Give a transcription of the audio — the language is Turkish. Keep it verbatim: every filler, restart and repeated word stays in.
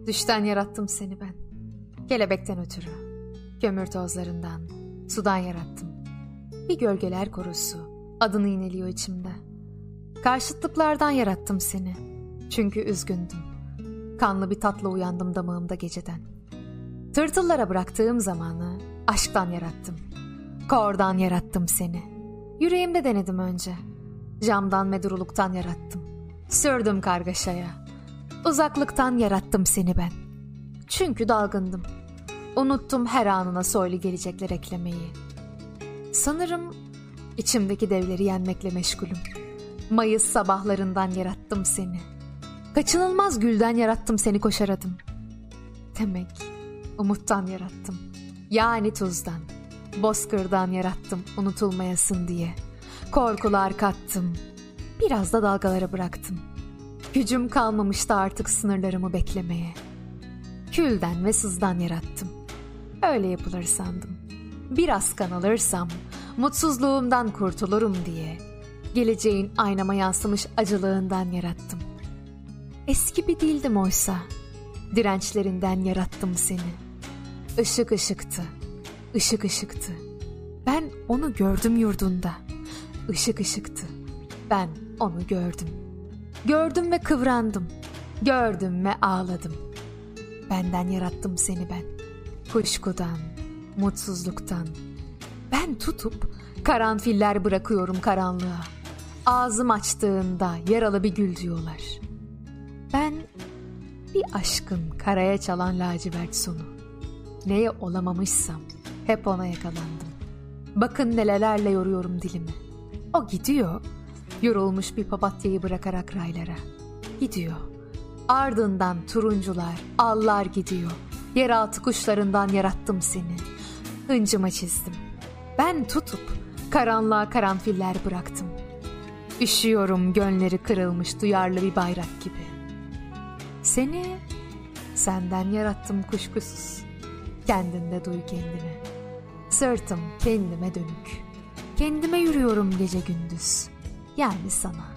Düşten yarattım seni ben. Kelebekten ötürü, kömür tozlarından, sudan yarattım. Bir gölgeler korusu, adını ineliyor içimde. Karşıtlıklardan yarattım seni. Çünkü üzgündüm. Kanlı bir tatla uyandım damağımda geceden. Tırtıllara bıraktığım zamanı aşktan yarattım. Kordan yarattım seni. Yüreğimde denedim önce. Camdan ve duruluktan yarattım. Sürdüm kargaşaya. Uzaklıktan yarattım seni ben. Çünkü dalgındım. Unuttum her anına soylu gelecekler eklemeyi. Sanırım içimdeki devleri yenmekle meşgulüm. Mayıs sabahlarından yarattım seni. Kaçınılmaz gülden yarattım seni koşar adım. Demek umuttan yarattım. Yani tuzdan, bozkırdan yarattım unutulmayasın diye. Korkular kattım. Biraz da dalgalara bıraktım. Gücüm kalmamıştı artık sınırlarımı beklemeye. Külden ve sızdan yarattım. Öyle yapılır sandım. Biraz kan alırsam mutsuzluğumdan kurtulurum diye. Geleceğin aynama yansımış acılığından yarattım. Eski bir değildim oysa. Dirençlerinden yarattım seni. Işık ışıktı, ışık ışıktı. Ben onu gördüm yurdunda. Işık ışıktı. Ben onu gördüm. Gördüm ve kıvrandım. Gördüm ve ağladım. Benden yarattım seni ben. Kuşkudan, mutsuzluktan. Ben tutup karanfiller bırakıyorum karanlığa. Ağzım açtığında yaralı bir gül diyorlar. Ben bir aşkın karaya çalan lacivert sonu. Neye olamamışsam hep ona yakalandım. Bakın nelerle yoruyorum dilimi. O gidiyor, yorulmuş bir papatyayı bırakarak raylara. Gidiyor. Ardından turuncular, allar gidiyor. Yeraltı kuşlarından yarattım seni. Hıncıma çizdim. Ben tutup karanlığa karanfiller bıraktım. Üşüyorum gönleri kırılmış duyarlı bir bayrak gibi. Seni senden yarattım kuşkusuz. Kendinde duy kendini. Sırtım kendime dönük. Kendime yürüyorum gece gündüz. Yani sana.